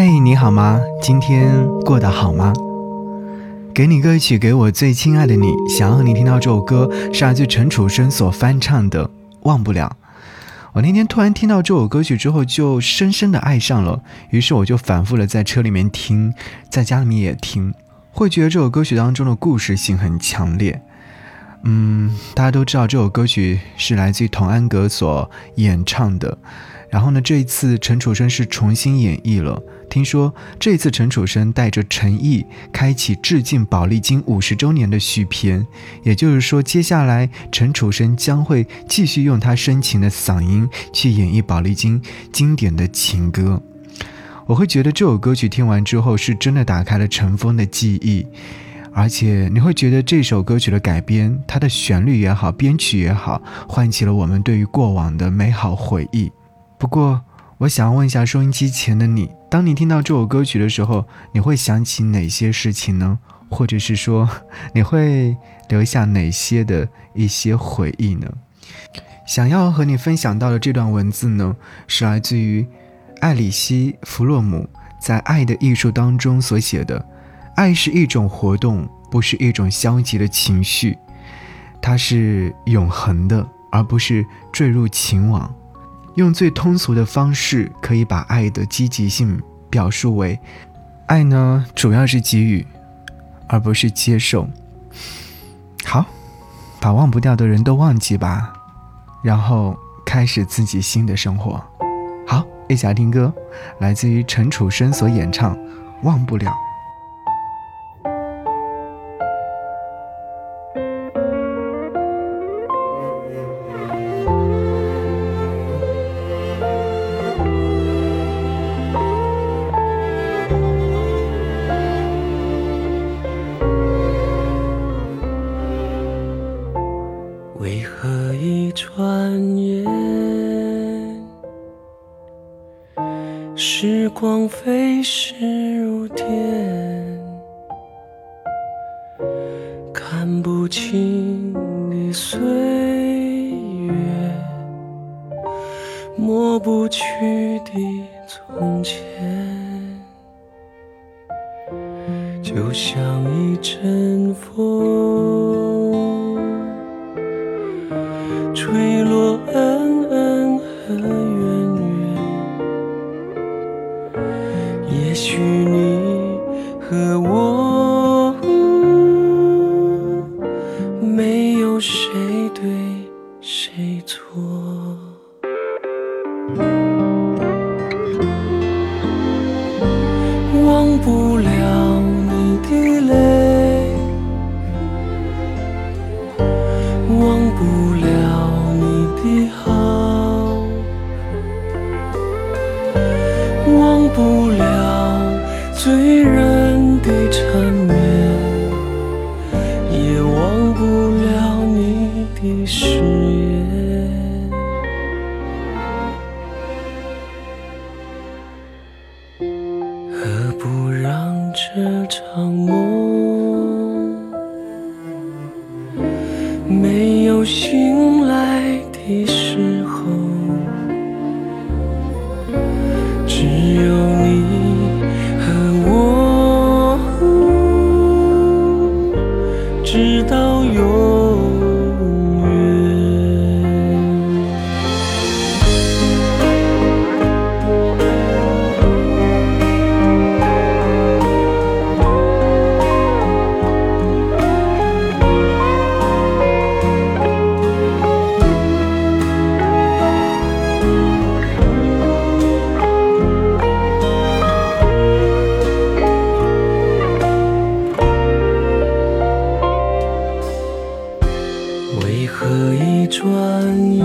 嘿，你好吗？今天过得好吗？给你歌曲，给我最亲爱的你。想要你听到这首歌是来自陈楚生所翻唱的《忘不了》。我那天突然听到这首歌曲之后，就深深的爱上了，于是我就反复的在车里面听，在家里面也听，会觉得这首歌曲当中的故事性很强烈。大家都知道这首歌曲是来自于童安格所演唱的，然后呢，这一次陈楚生是重新演绎了。听说这一次陈楚生带着诚意开启致敬宝丽金50周年的续篇，也就是说接下来陈楚生将会继续用他深情的嗓音去演绎宝丽金经典的情歌。我会觉得这首歌曲听完之后是真的打开了尘封的记忆，而且你会觉得这首歌曲的改编，它的旋律也好，编曲也好，唤起了我们对于过往的美好回忆。不过我想要问一下收音机前的你，当你听到这首歌曲的时候，你会想起哪些事情呢？或者是说你会留下哪些的一些回忆呢？想要和你分享到的这段文字呢，是来自于艾里希·弗洛姆在《爱的艺术》当中所写的：爱是一种活动，不是一种消极的情绪，它是永恒的，而不是坠入情网。用最通俗的方式，可以把爱的积极性表述为：爱呢，主要是给予，而不是接受。好，把忘不掉的人都忘记吧，然后开始自己新的生活。好，一起来听歌，来自于陈楚生所演唱《忘不了》。 为何一转眼，时光飞逝如电，看不清的岁月，抹不去的从前，就像一阵风，吹落恩恩和怨怨。也许你和我没有谁对谁错，忘不了你的泪，忘不了你的好，忘不了醉人的缠绵，也忘不了你的誓言。何不让这场梦没有醒来的时候，只有你和我直到永为何一转眼，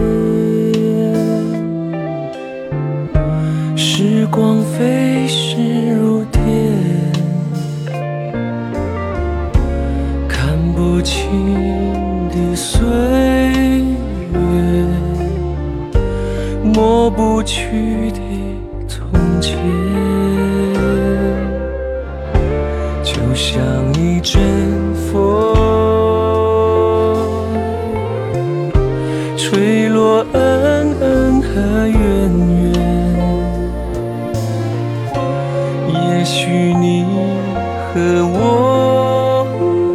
时光飞逝如电，看不清的岁月，抹不去的从前，就像一阵风，吹落恩恩和怨怨。 许你和我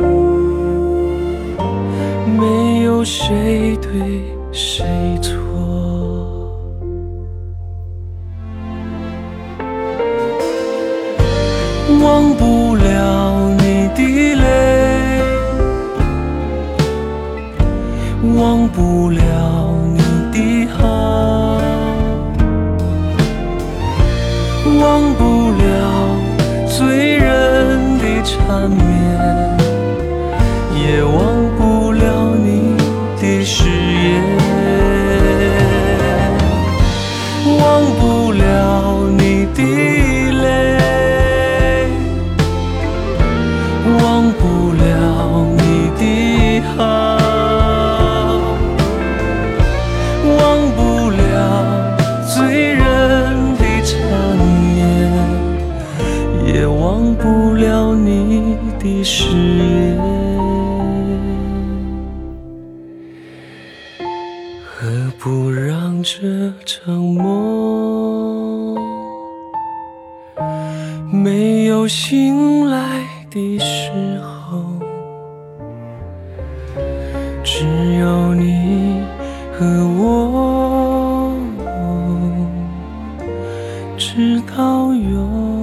没有谁对谁错，忘不了你的泪，忘不了你的好，忘不了醉人的缠绵，也忘不了你的誓言，忘不了你的泪，忘不了你的好，忘不了醉人的缠绵，也忘不了你的誓言。何不让这场梦没有醒来的时候，只有你和我知道有